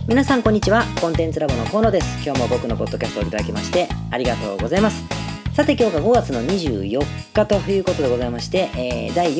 皆さんこんにちは。コンテンツラボの河野です。今日も僕のポッドキャストをいただきましてありがとうございます。さて今日が5月の24日ということでございまして、第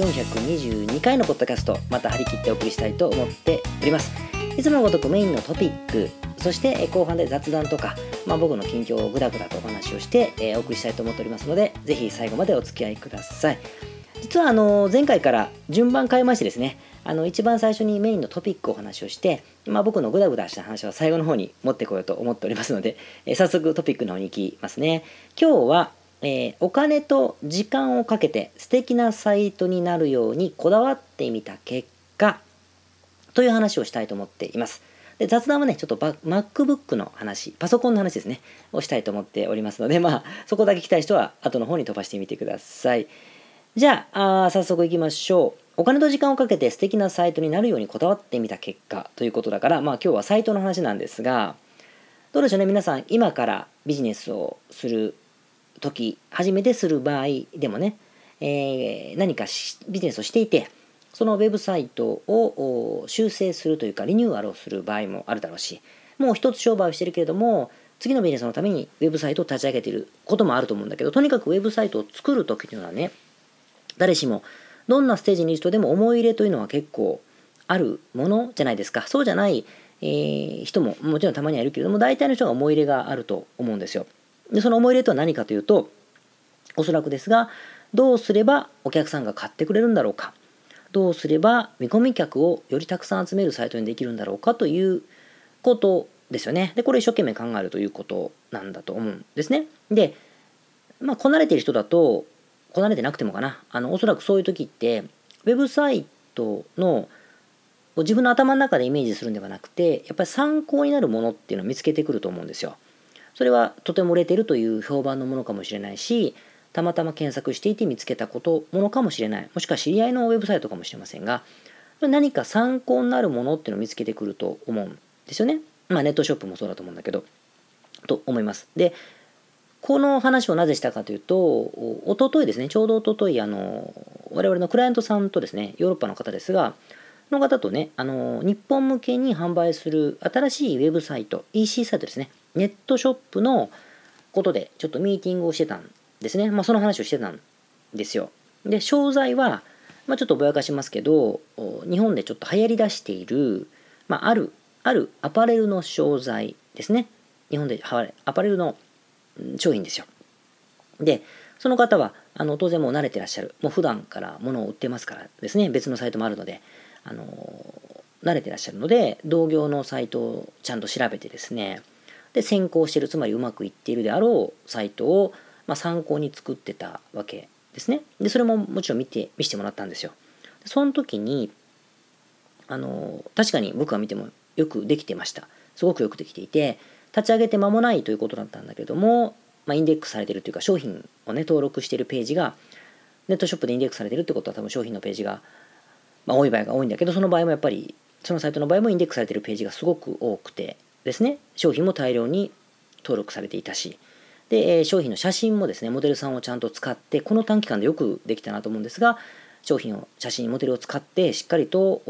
422回のポッドキャストまた張り切ってお送りしたいと思っております。いつものごとくメインのトピック、そして後半で雑談とか、僕の近況をぐだぐだとお話をして、お送りしたいと思っておりますので、ぜひ最後までお付き合いください。実は前回から順番変えましてですね、一番最初にメインのトピックをお話をして、僕のグダグダした話は最後の方に持ってこようと思っておりますので、早速トピックの方に行きますね。今日は、お金と時間をかけて素敵なサイトになるようにこだわってみた結果という話をしたいと思っています。で雑談はねちょっとMacBook の話、パソコンの話ですねをしたいと思っておりますので、そこだけ聞きたい人は後の方に飛ばしてみてください。じゃあ早速いきましょう。お金と時間をかけて素敵なサイトになるようにこだわってみた結果ということだから、今日はサイトの話なんですが、どうでしょうね。皆さん今からビジネスをする時、初めてする場合でもね、何かビジネスをしていて、そのウェブサイトを修正するというかリニューアルをする場合もあるだろうし、もう一つ商売をしてるけれども次のビジネスのためにウェブサイトを立ち上げていることもあると思うんだけど、とにかくウェブサイトを作る時というのはね、誰しもどんなステージにいる人でも思い入れというのは結構あるものじゃないですか。そうじゃない、人ももちろんたまにはいるけれども、大体の人が思い入れがあると思うんですよ。でその思い入れとは何かというと、おそらくですが、どうすればお客さんが買ってくれるんだろうか、どうすれば見込み客をよりたくさん集めるサイトにできるんだろうかということですよね。でこれ一生懸命考えるということなんだと思うんですね。でこなれている人だと、こなれてなくてもかな、おそらくそういう時ってウェブサイトの自分の頭の中でイメージするんではなくて、やっぱり参考になるものっていうのを見つけてくると思うんですよ。それはとても売れてるという評判のものかもしれないし、たまたま検索していて見つけたものかもしれない、もしくは知り合いのウェブサイトかもしれませんが、何か参考になるものっていうのを見つけてくると思うんですよね。ネットショップもそうだと思うんだけど、と思います。でこの話をなぜしたかというと、おとといですね、ちょうどおととい、我々のクライアントさんとですね、ヨーロッパの方ですが、の方とね、日本向けに販売する新しいウェブサイト、EC サイトですね、ネットショップのことでちょっとミーティングをしてたんですね。その話をしてたんですよ。で、商材は、ちょっとぼやかしますけど、日本でちょっと流行り出している、あるアパレルの商材ですね。日本でアパレルの商品ですよ。でその方は当然もう慣れてらっしゃる、もう普段から物を売ってますからですね、別のサイトもあるので慣れてらっしゃるので、同業のサイトをちゃんと調べてですね、で先行している、つまりうまくいっているであろうサイトを、参考に作ってたわけですね。でそれももちろん見せてもらったんですよ。その時に確かに僕が見てもよくできてました。すごくよくできていて、立ち上げて間もないということだったんだけども、インデックスされているというか、商品をね登録しているページがネットショップでインデックスされているってことは、多分商品のページが、多い場合が多いんだけど、その場合もやっぱりそのサイトの場合もインデックスされているページがすごく多くてですね、商品も大量に登録されていたし、で商品の写真もですね、モデルさんをちゃんと使って、この短期間でよくできたなと思うんですが、写真モデルを使ってしっかりと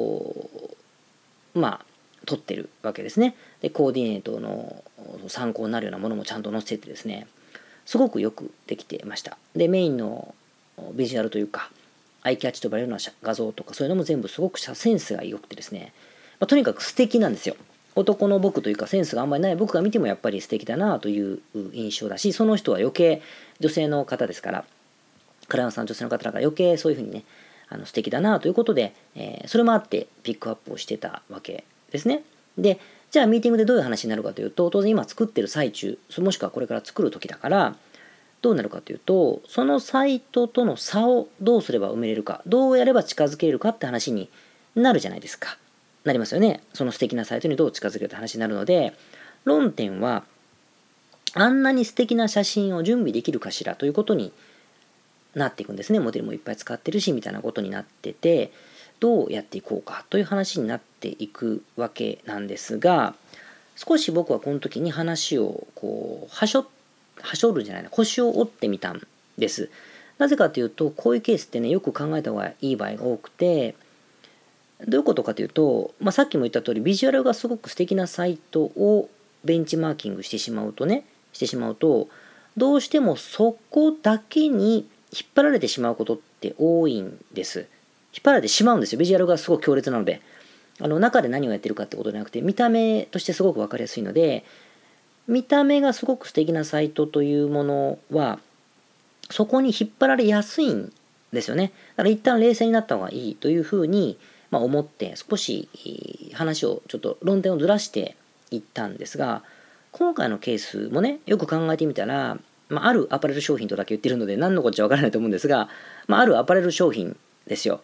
撮ってるわけですね。でコーディネートの参考になるようなものもちゃんと載せてですね、すごくよくできてました。でメインのビジュアルというかアイキャッチと呼ばれるような画像とか、そういうのも全部すごくセンスが良くてですね、とにかく素敵なんですよ。男の僕というかセンスがあんまりない僕が見てもやっぱり素敵だなという印象だし、その人は余計女性の方ですから、クライアントさん女性の方だから余計そういうふうにね素敵だなということで、それもあってピックアップをしてたわけですね。でじゃあミーティングでどういう話になるかというと、当然今作ってる最中、もしくはこれから作る時だからどうなるかというと、そのサイトとの差をどうすれば埋めれるか、どうやれば近づけれるかって話になるじゃないですか。なりますよね。その素敵なサイトにどう近づけるって話になるので、論点はあんなに素敵な写真を準備できるかしらということになっていくんですね。モデルもいっぱい使ってるしみたいなことになってて、どうやっていこうかという話になっていくわけなんですが、少し僕はこの時に話を腰を折ってみたんです。なぜかというと、こういうケースってねよく考えた方がいい場合が多くて、 どういうことかというと、さっきも言った通りビジュアルがすごく素敵なサイトをベンチマーキングしてしまうとどうしてもそこだけに引っ張られてしまうことって多いんです。引っ張られてしまうんですよ。ビジュアルがすごく強烈なので。中で何をやってるかってことじゃなくて、見た目としてすごく分かりやすいので、見た目がすごく素敵なサイトというものは、そこに引っ張られやすいんですよね。だから一旦冷静になった方がいいというふうに、思って少し話をちょっと論点をずらしていったんですが、今回のケースもね、よく考えてみたら、あるアパレル商品とだけ言ってるので何のこっちゃわからないと思うんですが、あるアパレル商品ですよ。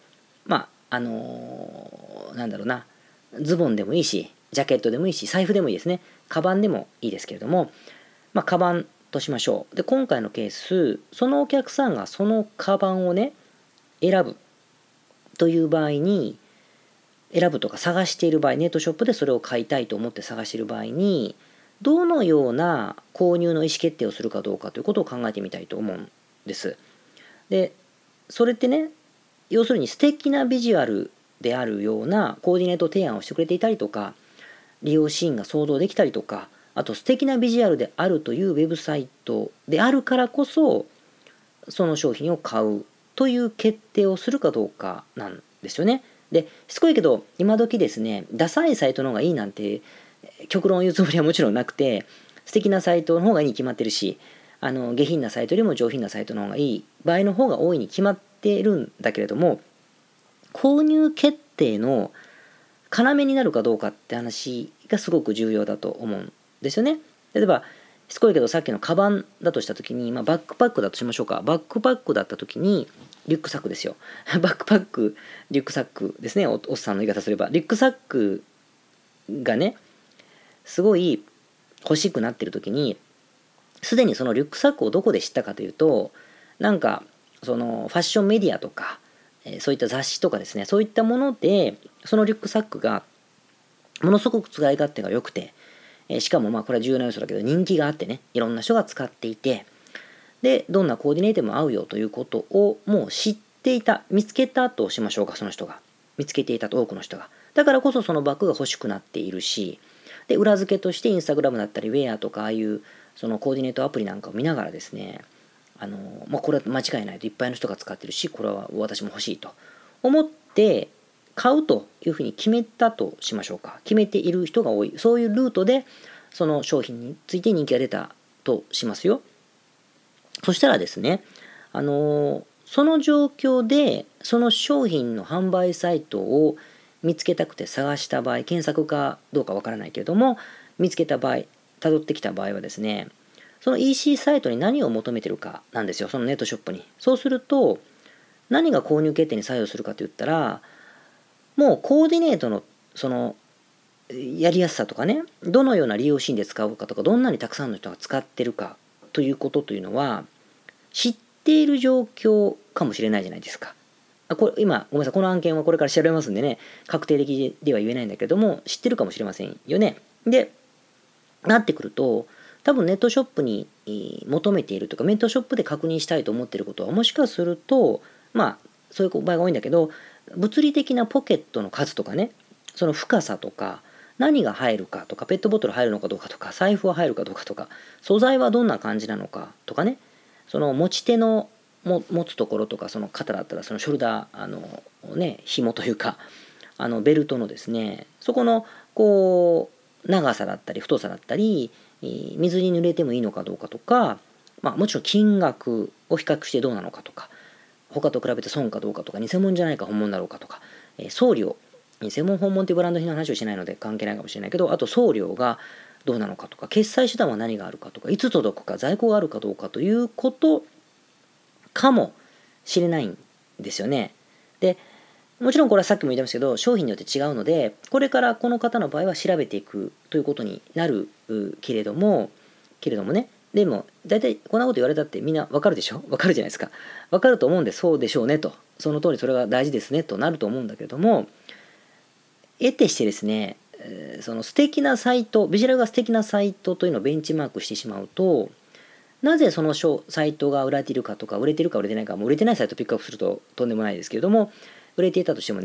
なんだろうな、ズボンでもいいし、ジャケットでもいいし、財布でもいいですね。カバンでもいいですけれども、カバンとしましょう。で、今回のケース、そのお客さんがそのカバンをね、選ぶという場合に、選ぶとか探している場合、ネットショップでそれを買いたいと思って探している場合に、どのような購入の意思決定をするかどうかということを考えてみたいと思うんです。で、それってね、要するに素敵なビジュアルであるようなコーディネート提案をしてくれていたりとか、利用シーンが想像できたりとか、あと素敵なビジュアルであるというウェブサイトであるからこそ、その商品を買うという決定をするかどうかなんですよね。で、しつこいけど、今時ですね、ダサいサイトの方がいいなんて、極論を言うつもりはもちろんなくて、素敵なサイトの方がいいに決まってるし、下品なサイトよりも上品なサイトの方がいい場合の方が多いに決まってるんだけれども、購入決定の要になるかどうかって話がすごく重要だと思うんですよね。例えば、しつこいけどさっきのカバンだとしたときに、バックパックだとしましょうか。バックパックだったときに、リュックサックですよ。バックパック、リュックサックですね。おっさんの言い方すれば。リュックサックがね、すごい欲しくなってるときに、すでにそのリュックサックをどこで知ったかというと、そのファッションメディアとか、そういった雑誌とかですね、そういったもので、そのリュックサックがものすごく使い勝手が良くて、しかもこれは重要な要素だけど人気があってね、いろんな人が使っていて、で、どんなコーディネートも合うよということをもう知っていた、見つけたとしましょうか、その人が。見つけていたと、多くの人が。だからこそそのバッグが欲しくなっているし、で、裏付けとしてインスタグラムだったり、ウェアとか、ああいうそのコーディネートアプリなんかを見ながらですね、これは間違いないと、いっぱいの人が使ってるし、これは私も欲しいと思って買うというふうに決めたとしましょうか。決めている人が多い。そういうルートでその商品について人気が出たとしますよ。そしたらですね、その状況でその商品の販売サイトを見つけたくて探した場合、検索かどうかわからないけれども、見つけた場合、辿ってきた場合はですね、その EC サイトに何を求めてるかなんですよ、そのネットショップに。そうすると、何が購入決定に作用するかといったら、もうコーディネートのそのやりやすさとかね、どのような利用シーンで使うかとか、どんなにたくさんの人が使ってるかということというのは、知っている状況かもしれないじゃないですか。これ今、ごめんなさい、この案件はこれから調べますんでね、確定的では言えないんだけども、知ってるかもしれませんよね。で、なってくると、多分ネットショップに求めているとか、ネットショップで確認したいと思っていることは、もしかすると、そういう場合が多いんだけど、物理的なポケットの数とかね、その深さとか、何が入るかとか、ペットボトル入るのかどうかとか、財布は入るかどうかとか、素材はどんな感じなのかとかね、その持ち手の持つところとか、その肩だったらそのショルダー紐というか、ベルトのですね、そこのこう長さだったり太さだったり、水に濡れてもいいのかどうかとか、もちろん金額を比較してどうなのかとか、他と比べて損かどうかとか、偽物じゃないか本物だろうかとか、送料、偽物本物というブランド品の話をしないので関係ないかもしれないけど、あと送料がどうなのかとか、決済手段は何があるかとか、いつ届くか、在庫があるかどうかということかもしれないんですよね。で、もちろんこれはさっきも言いましたけど、商品によって違うので、これからこの方の場合は調べていくということになるけれどもね、でも大体こんなこと言われたってみんなわかるでしょ、わかるじゃないですか。わかると思うんで、そうでしょうねと、その通りそれが大事ですねとなると思うんだけれども、得てしてですね、その素敵なサイト、ビジュアルが素敵なサイトというのをベンチマークしてしまうと、なぜそのサイトが売られているかとか、売れてるか売れてないか、もう売れてないサイトをピックアップするととんでもないですけれども、売れていたとしてもね、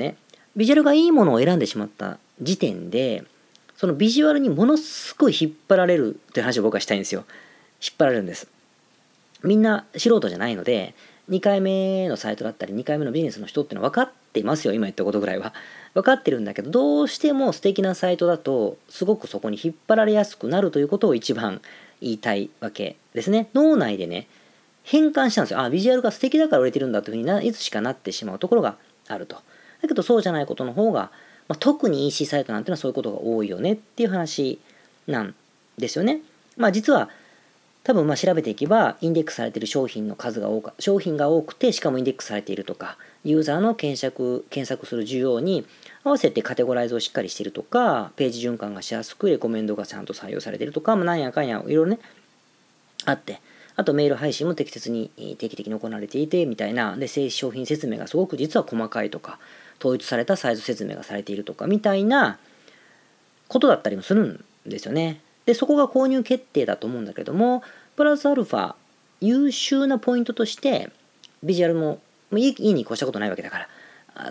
ビジュアルがいいものを選んでしまった時点で、そのビジュアルにものすごい引っ張られるっていう話を僕はしたいんですよ。引っ張られるんです。みんな素人じゃないので、2回目のサイトだったり2回目のビジネスの人っていうのは分かっていますよ。今言ったことぐらいは分かってるんだけど、どうしても素敵なサイトだとすごくそこに引っ張られやすくなるということを一番言いたいわけですね。脳内でね、変換したんですよ。ビジュアルが素敵だから売れてるんだというふうにいつしかなってしまうところがあると。だけどそうじゃないことの方が、特に EC サイトなんていうのはそういうことが多いよねっていう話なんですよね。実は多分調べていけばインデックスされている商品の数が商品が多くて、しかもインデックスされているとか、ユーザーの検索する需要に合わせてカテゴライズをしっかりしているとか、ページ循環がしやすくレコメンドがちゃんと採用されているとか、なんやかんやいろいろねあって、あとメール配信も定期的に行われていてみたいな、で商品説明がすごく実は細かいとか、統一されたサイズ説明がされているとかみたいなことだったりもするんですよね。でそこが購入決定だと思うんだけども、プラスアルファ優秀なポイントとしてビジュアルもいいに越したことないわけだから、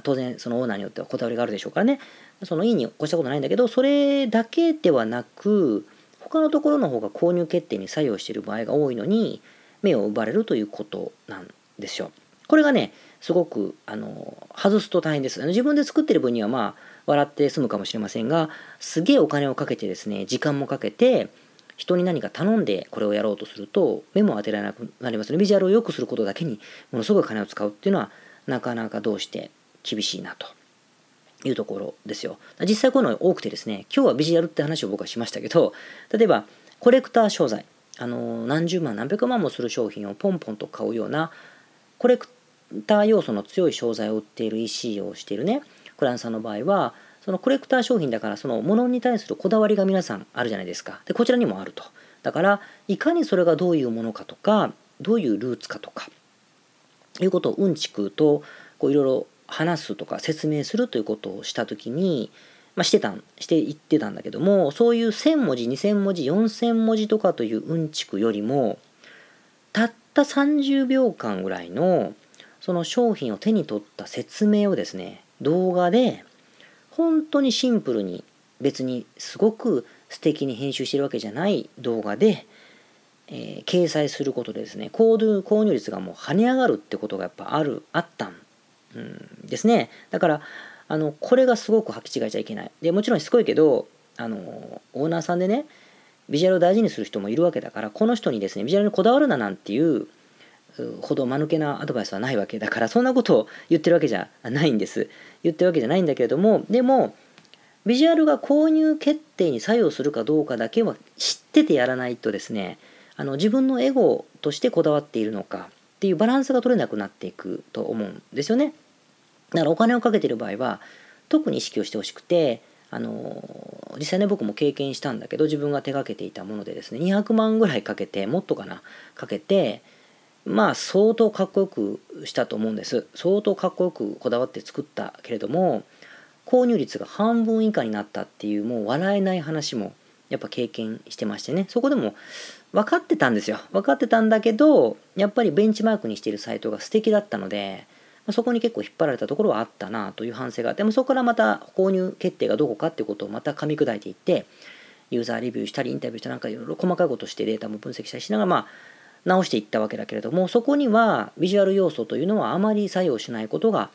当然そのオーナーによってはこだわりがあるでしょうからね、そのいいに越したことないんだけど、それだけではなく他のところの方が購入決定に作用している場合が多いのに目を奪われるということなんですよ。これがねすごく外すと大変です。自分で作ってる分には笑って済むかもしれませんが、すげえお金をかけてですね、時間もかけて人に何か頼んでこれをやろうとすると目も当てられなくなりますね。ビジュアルを良くすることだけにものすごい金を使うっていうのはなかなかどうして厳しいなというところですよ。実際こういうの多くてですね、今日はビジュアルって話を僕はしましたけど、例えばコレクター商材、何十万何百万もする商品をポンポンと買うようなコレクター要素の強い商材を売っている EC をしているねクライアントさんの場合は、そのコレクター商品だからそのものに対するこだわりが皆さんあるじゃないですか。でこちらにもあると。だからいかにそれがどういうものかとか、どういうルーツかとかいうことをうんちくといろいろ話すとか説明するということをしたときに、していってたんだけども、そういう1000文字2000文字4000文字とかといううんちくよりも、たった30秒間ぐらいのその商品を手に取った説明をですね、動画で本当にシンプルに、別にすごく素敵に編集してるわけじゃない動画で、掲載することでですね、購入率がもう跳ね上がるってことがやっぱあったんですね。だからこれがすごく履き違えちゃいけない。でもちろんしつこいけどオーナーさんでねビジュアルを大事にする人もいるわけだから、この人にですねビジュアルにこだわるななんていうほど間抜けなアドバイスはないわけだから、そんなことを言ってるわけじゃないんです。言ってるわけじゃないんだけれども、でもビジュアルが購入決定に作用するかどうかだけは知っててやらないとですね、自分のエゴとしてこだわっているのかっていうバランスが取れなくなっていくと思うんですよね。だからお金をかけている場合は特に意識をしてほしくて、実際ね僕も経験したんだけど、自分が手がけていたものでですね、200万ぐらいかけて、もっとかなかけて、相当かっこよくしたと思うんです。相当かっこよくこだわって作ったけれども、購入率が半分以下になったっていう、もう笑えない話もやっぱ経験してましてね、そこでも分かってたんですよ。分かってたんだけど、やっぱりベンチマークにしているサイトが素敵だったので、そこに結構引っ張られたところはあったなという反省があって、もそこからまた購入決定がどこかっていうことをまた噛み砕いていって、ユーザーレビューしたりインタビューしたり、なんかいろいろ細かいことしてデータも分析したりしながら直していったわけだけれども、そこにはビジュアル要素というのはあまり作用しないことが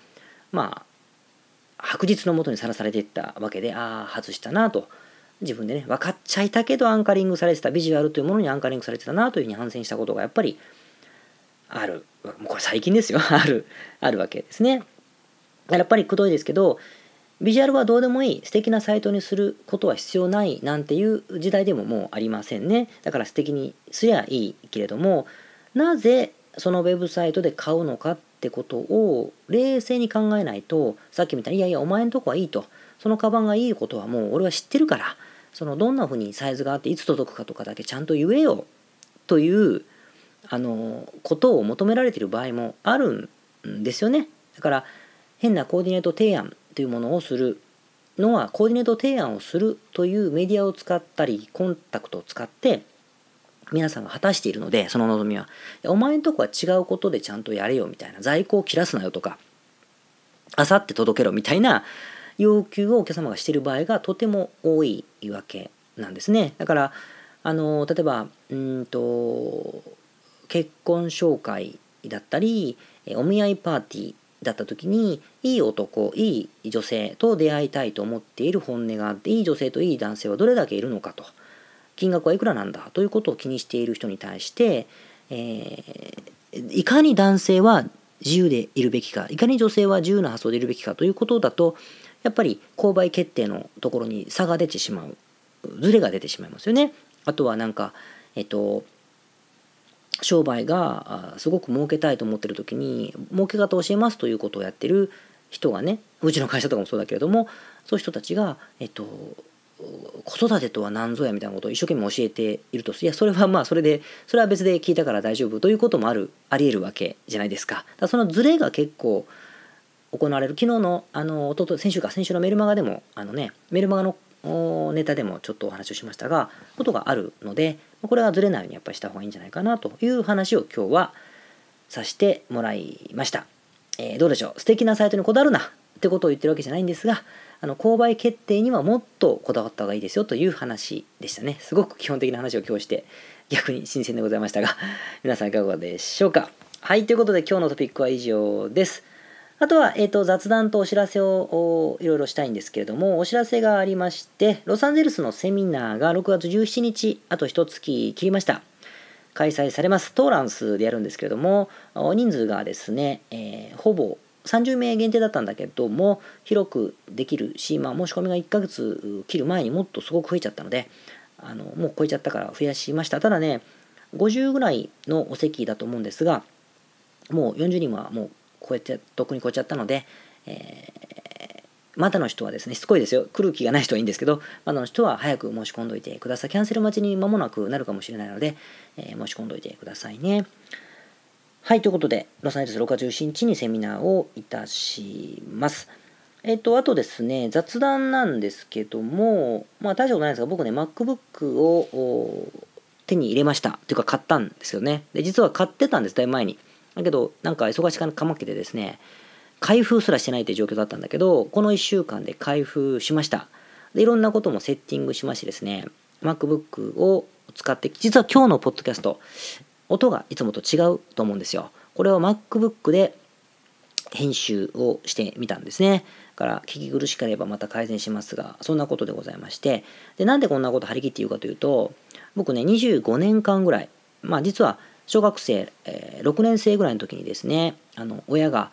白日のもとにさらされていったわけで、外したなと自分でね分かっちゃいたけど、アンカリングされてたビジュアルというものにアンカリングされてたなというふうに反省したことがやっぱりある。もうこれ最近ですよあるわけですね。やっぱりくどいですけど、ビジュアルはどうでもいい、素敵なサイトにすることは必要ないなんていう時代でももうありませんね。だから素敵にすりゃいいけれども、なぜそのウェブサイトで買うのかってことを冷静に考えないと、さっきみたいにいやお前んとこはいいと、そのカバンがいいことはもう俺は知ってるから、そのどんな風にサイズがあっていつ届くかとかだけちゃんと言えよということを求められている場合もあるんですよね。だから変なコーディネート提案というものをするのは、コーディネート提案をするというメディアを使ったりコンタクトを使って皆さんが果たしているので、その望みはお前んとこは違うことでちゃんとやれよみたいな、在庫を切らすなよとか、あさって届けろみたいな要求をお客様がしている場合がとても多いわけなんですね。だから例えば結婚紹介だったりお見合いパーティーだった時にいい男いい女性と出会いたいと思っている本音があって、いい女性といい男性はどれだけいるのかと、金額はいくらなんだということを気にしている人に対して、いかに男性は自由でいるべきか、いかに女性は自由な発想でいるべきかということだと、やっぱり購買決定のところに差が出てしまう、ズレが出てしまいますよね。あとはなんか商売がすごく儲けたいと思ってる時に儲け方を教えますということをやってる人がね、うちの会社とかもそうだけれども、そういう人たちが子育てとは何ぞやみたいなことを一生懸命教えていると、いやそれはまあそれは別で聞いたから大丈夫ということもあり得るわけじゃないですか。だからそのズレが結構行われる。昨日の先週のメルマガでもメルマガのネタでもちょっとお話をしましたが、ことがあるので、これはずれないようにやっぱりした方がいいんじゃないかなという話を今日はさせてもらいました。どうでしょう、素敵なサイトにこだわるなってことを言ってるわけじゃないんですが、購買決定にはもっとこだわった方がいいですよという話でしたね。すごく基本的な話を今日して逆に新鮮でございましたが、皆さんいかがでしょうか。はい、ということで今日のトピックは以上です。あとは、雑談とお知らせをいろいろしたいんですけれども、お知らせがありまして、ロサンゼルスのセミナーが6月17日、あと1月切りました。開催されます。トーランスでやるんですけれども、人数がですね、ほぼ30名限定だったんだけども、広くできるし、申し込みが1ヶ月切る前にもっとすごく増えちゃったので、もう超えちゃったから増やしました。ただね、50ぐらいのお席だと思うんですが、もう40人はもうとっくに超えちゃったので、まだの人はですね、しつこいですよ。来る気がない人はいいんですけど、まだの人は早く申し込んどいてください。キャンセル待ちに間もなくなるかもしれないので、申し込んどいてくださいね。はい、ということで、ロサンゼルス6月17日にセミナーをいたします。あとですね、雑談なんですけども、大したことないんですが、僕ね、MacBook を手に入れました。というか買ったんですよね。で、実は買ってたんです、だいぶ前に。だけど、なんか忙しかまけてですね、開封すらしてないという状況だったんだけど、この1週間で開封しました。で、いろんなこともセッティングしましてですね、MacBook を使って、実は今日のポッドキャスト、音がいつもと違うと思うんですよ。これを MacBook で編集をしてみたんですね。だから聞き苦しければまた改善しますが、そんなことでございまして、で、なんでこんなこと張り切って言うかというと、僕ね、25年間ぐらい、実は小学生、6年生ぐらいの時にですね、親が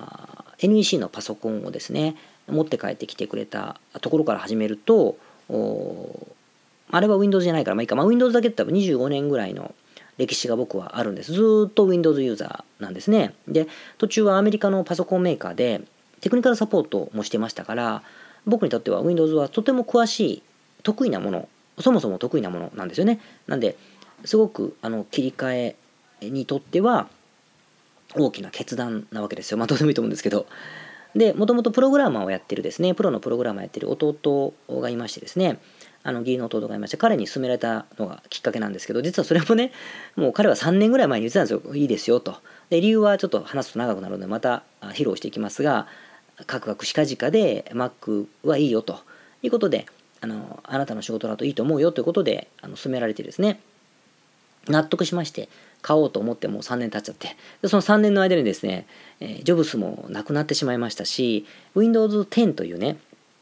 NEC のパソコンをですね、持って帰ってきてくれたところから始めると、あれは Windows じゃないから、いいか、Windows だけで多分25年ぐらいの歴史が僕はあるんです。ずーっと Windows ユーザーなんですね。で、途中はアメリカのパソコンメーカーでテクニカルサポートもしてましたから、僕にとっては Windows はとても詳しい、得意なもの、そもそも得意なものなんですよね。なんで、すごく切り替えにとっては大きな決断なわけですよ。どうでもいいと思うんですけど。で、もともとプログラマーをやってるですね、プロのプログラマーやってる弟がいましてですね、義理の弟がいまして、彼に勧められたのがきっかけなんですけど、実はそれもね、もう彼は3年ぐらい前に言ってたんですよ。いいですよと。で、理由はちょっと話すと長くなるので、また披露していきますが、カクカクしかじかで Mac はいいよということで、あなたの仕事だといいと思うよということで勧められてですね、納得しまして買おうと思ってもう3年経っちゃって、でその3年の間にですね、ジョブスもなくなってしまいましたし、 Windows 10というね、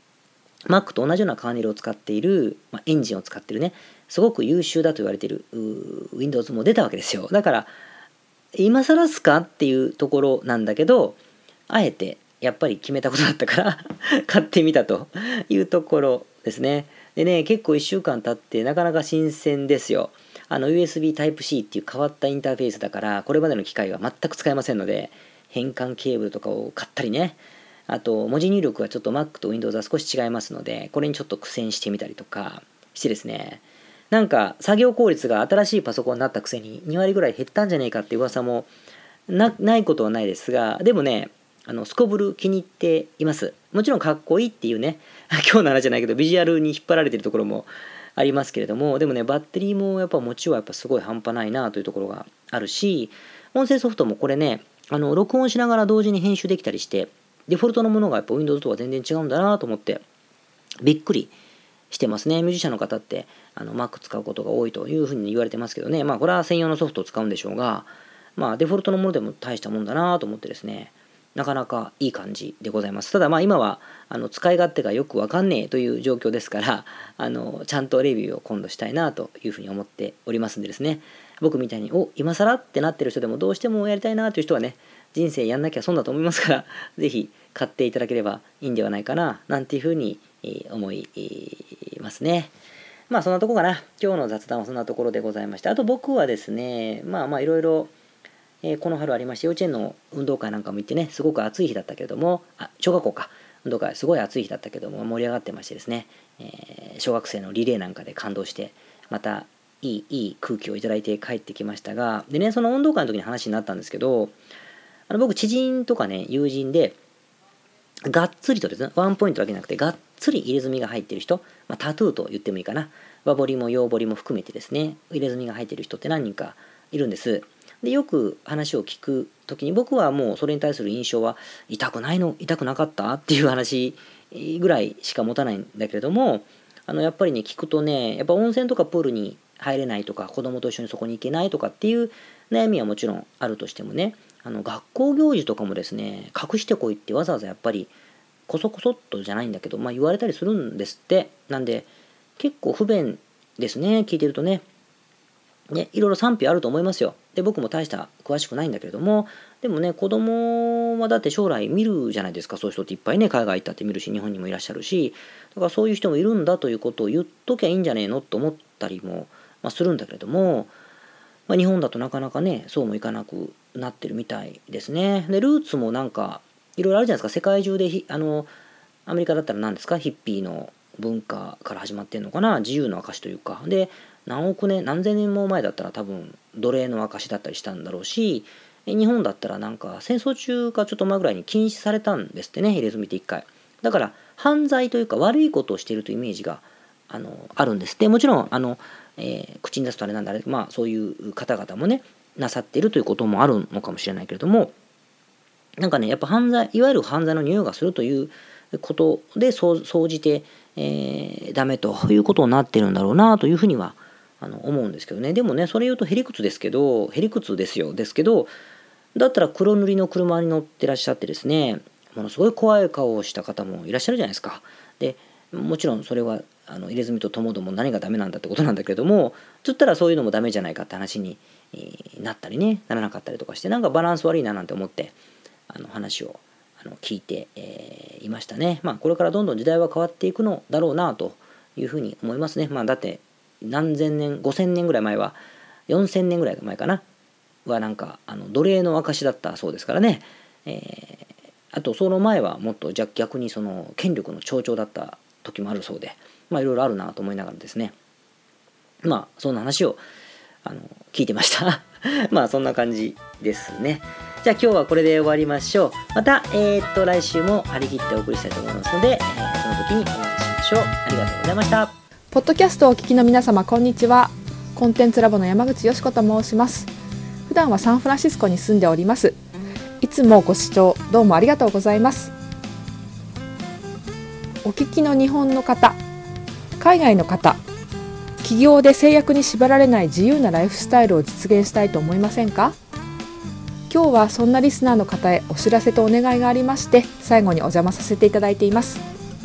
Mac と同じようなカーネルを使っている、エンジンを使っているね、すごく優秀だと言われているWindows も出たわけですよ。だから今更っすかっていうところなんだけど、あえてやっぱり決めたことだったから買ってみたというところですね。でね、結構1週間経ってなかなか新鮮ですよ。USB Type-C っていう変わったインターフェースだから、これまでの機械は全く使えませんので、変換ケーブルとかを買ったりね、あと文字入力はちょっと Mac と Windows は少し違いますので、これにちょっと苦戦してみたりとかしてですね、なんか作業効率が新しいパソコンになったくせに2割ぐらい減ったんじゃねえかっていう噂もないことはないですが、でもね、すこぶる気に入っています。もちろんかっこいいっていうね、今日の話じゃないけどビジュアルに引っ張られてるところもありますけれども、でもね、バッテリーもやっぱ持ちはやっぱすごい半端ないなというところがあるし、音声ソフトもこれね、録音しながら同時に編集できたりして、 デフォルトのものがやっぱ Windows とは全然違うんだなと思ってびっくりしてますね。ミュージシャンの方ってMac 使うことが多いというふうに言われてますけどね、これは専用のソフトを使うんでしょうが、デフォルトのものでも大したもんだなと思ってですね、なかなかいい感じでございます。ただ今は使い勝手がよくわかんねえという状況ですからちゃんとレビューを今度したいなというふうに思っておりますんでですね、僕みたいに今更ってなってる人でもどうしてもやりたいなという人はね、人生やんなきゃ損だと思いますからぜひ買っていただければいいんではないかななんていうふうに思いますね。そんなとこかな。今日の雑談はそんなところでございまして、あと僕はですねいろいろこの春ありまして、幼稚園の運動会なんかも行ってね、すごく暑い日だったけれども、小学校か、運動会すごい暑い日だったけども盛り上がってましてですね、小学生のリレーなんかで感動して、またいい空気をいただいて帰ってきましたが、でね、その運動会の時に話になったんですけど、僕知人とかね、友人でがっつりとですね、ワンポイントだけじゃなくてがっつり入れ墨が入っている人、タトゥーと言ってもいいかな、和彫りも洋彫りも含めてですね、入れ墨が入っている人って何人かいるんです。でよく話を聞くときに、僕はもうそれに対する印象は痛くなかったっていう話ぐらいしか持たないんだけれども、やっぱりね、聞くとね、やっぱ温泉とかプールに入れないとか、子供と一緒にそこに行けないとかっていう悩みはもちろんあるとしてもね、学校行事とかもですね、隠してこいってわざわざやっぱりこそこそっとじゃないんだけど、言われたりするんですって。なんで結構不便ですね、聞いてるとね。いろいろ賛否あると思いますよ。で、僕も大した詳しくないんだけれども、でもね、子供はだって将来見るじゃないですか。そういう人っていっぱいね、海外行ったって見るし、日本にもいらっしゃるし、だからそういう人もいるんだということを言っときゃいいんじゃねえのと思ったりも、するんだけれども、日本だとなかなかね、そうもいかなくなってるみたいですね。で、ルーツもなんか、いろいろあるじゃないですか。世界中でアメリカだったら何ですか、ヒッピーの文化から始まってんのかな、自由の証というか。で、何千年も前だったら多分奴隷の証だったりしたんだろうし、日本だったらなんか戦争中かちょっと前ぐらいに禁止されたんですってね、入れ墨って一回。だから犯罪というか悪いことをしているというイメージがあるんですって。もちろん口に出すとあれなんだ、そういう方々もねなさっているということもあるのかもしれないけれども、なんかね、やっぱいわゆる犯罪の匂いがするということで総じて、ダメということになってるんだろうなというふうには思うんですけどね。でもね、それ言うとへりくつですけど、だったら黒塗りの車に乗ってらっしゃってですね、ものすごい怖い顔をした方もいらっしゃるじゃないですか。でもちろんそれは入れ墨とともども何がダメなんだってことなんだけれども、つったらそういうのもダメじゃないかって話になったりね、ならなかったりとかして、なんかバランス悪いななんて思って話を聞いていましたね。これからどんどん時代は変わっていくのだろうなというふうに思いますね。だって何千年、5000年ぐらい前は、4000年ぐらい前かなはなんか奴隷の証だったそうですからね。あとその前はもっと逆にその権力の象徴だった時もあるそうで、いろいろあるなと思いながらですね、そんな話を聞いてましたそんな感じですね。じゃあ今日はこれで終わりましょう。また来週も張り切ってお送りしたいと思いますので、その時にお会いしましょう。ありがとうございました。 ポッドキャストをお聞きの皆様、こんにちは。コンテンツラボの山口よし子と申します。普段はサンフランシスコに住んでおります。いつもご視聴どうもありがとうございます。お聞きの日本の方、海外の方、企業で制約に縛られない自由なライフスタイルを実現したいと思いませんか？今日はそんなリスナーの方へお知らせとお願いがありまして、最後にお邪魔させていただいています。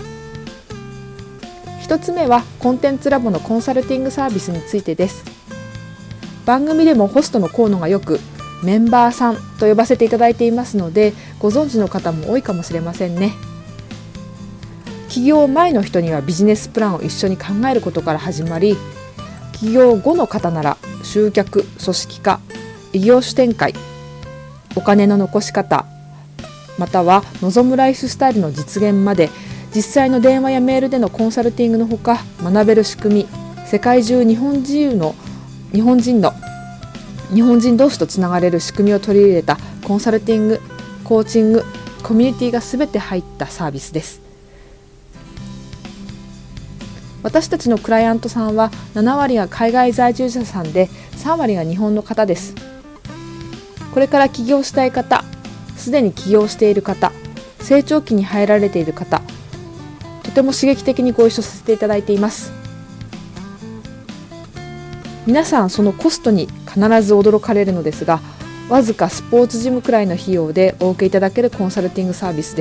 一つ目はコンテンツラボのコンサルティングサービスについてです。番組でもホストの河野がよくメンバーさんと呼ばせていただいていますので、ご存知の方も多いかもしれませんね。起業前の人にはビジネスプランを一緒に考えることから始まり、起業後の方なら集客、組織化、異業種展開、お金の残し方、または望むライフスタイルの実現まで、実際の電話やメールでのコンサルティングのほか、学べる仕組み、世界中日本人同士とつながれる仕組みを取り入れたコンサルティング、コーチング、コミュニティがすべて入ったサービスです。私たちのクライアントさんは7割が海外在住者さんで、3割が日本の方です。これから起業したい方、すでに起業している方、 成長期に入られている方、とても刺激的にご一緒させていただいています。皆さんそのコストに必ず驚かれるのですが、わずかスポーツジムくらいの費用でお受けいただけるコンサルティングサービスです。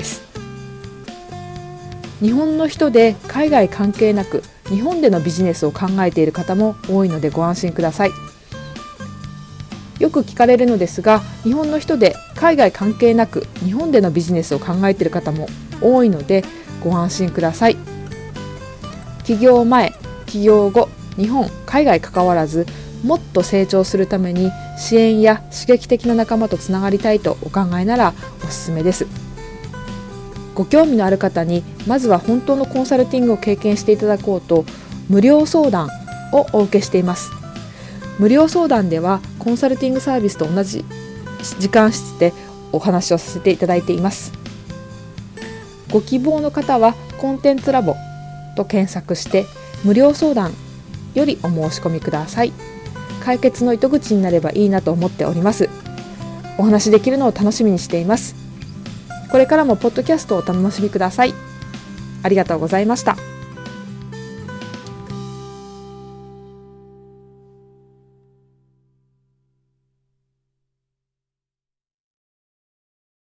日本の人で海外関係なく日本でのビジネスを考えている方も多いのでご安心ください。よく聞かれるのですが、日本の人で海外関係なく日本でのビジネスを考えている方も多いのでご安心ください。起業前、起業後、日本、海外関わらずもっと成長するために支援や刺激的な仲間とつながりたいとお考えならおすすめです。ご興味のある方にまずは本当のコンサルティングを経験していただこうと無料相談をお受けしています。無料相談ではコンサルティングサービスと同じ時間室でお話をさせていただいています。ご希望の方はコンテンツラボと検索して無料相談よりお申し込みください。解決の糸口になればいいなと思っております。お話できるのを楽しみにしています。これからもポッドキャストをお楽しみください。ありがとうございました。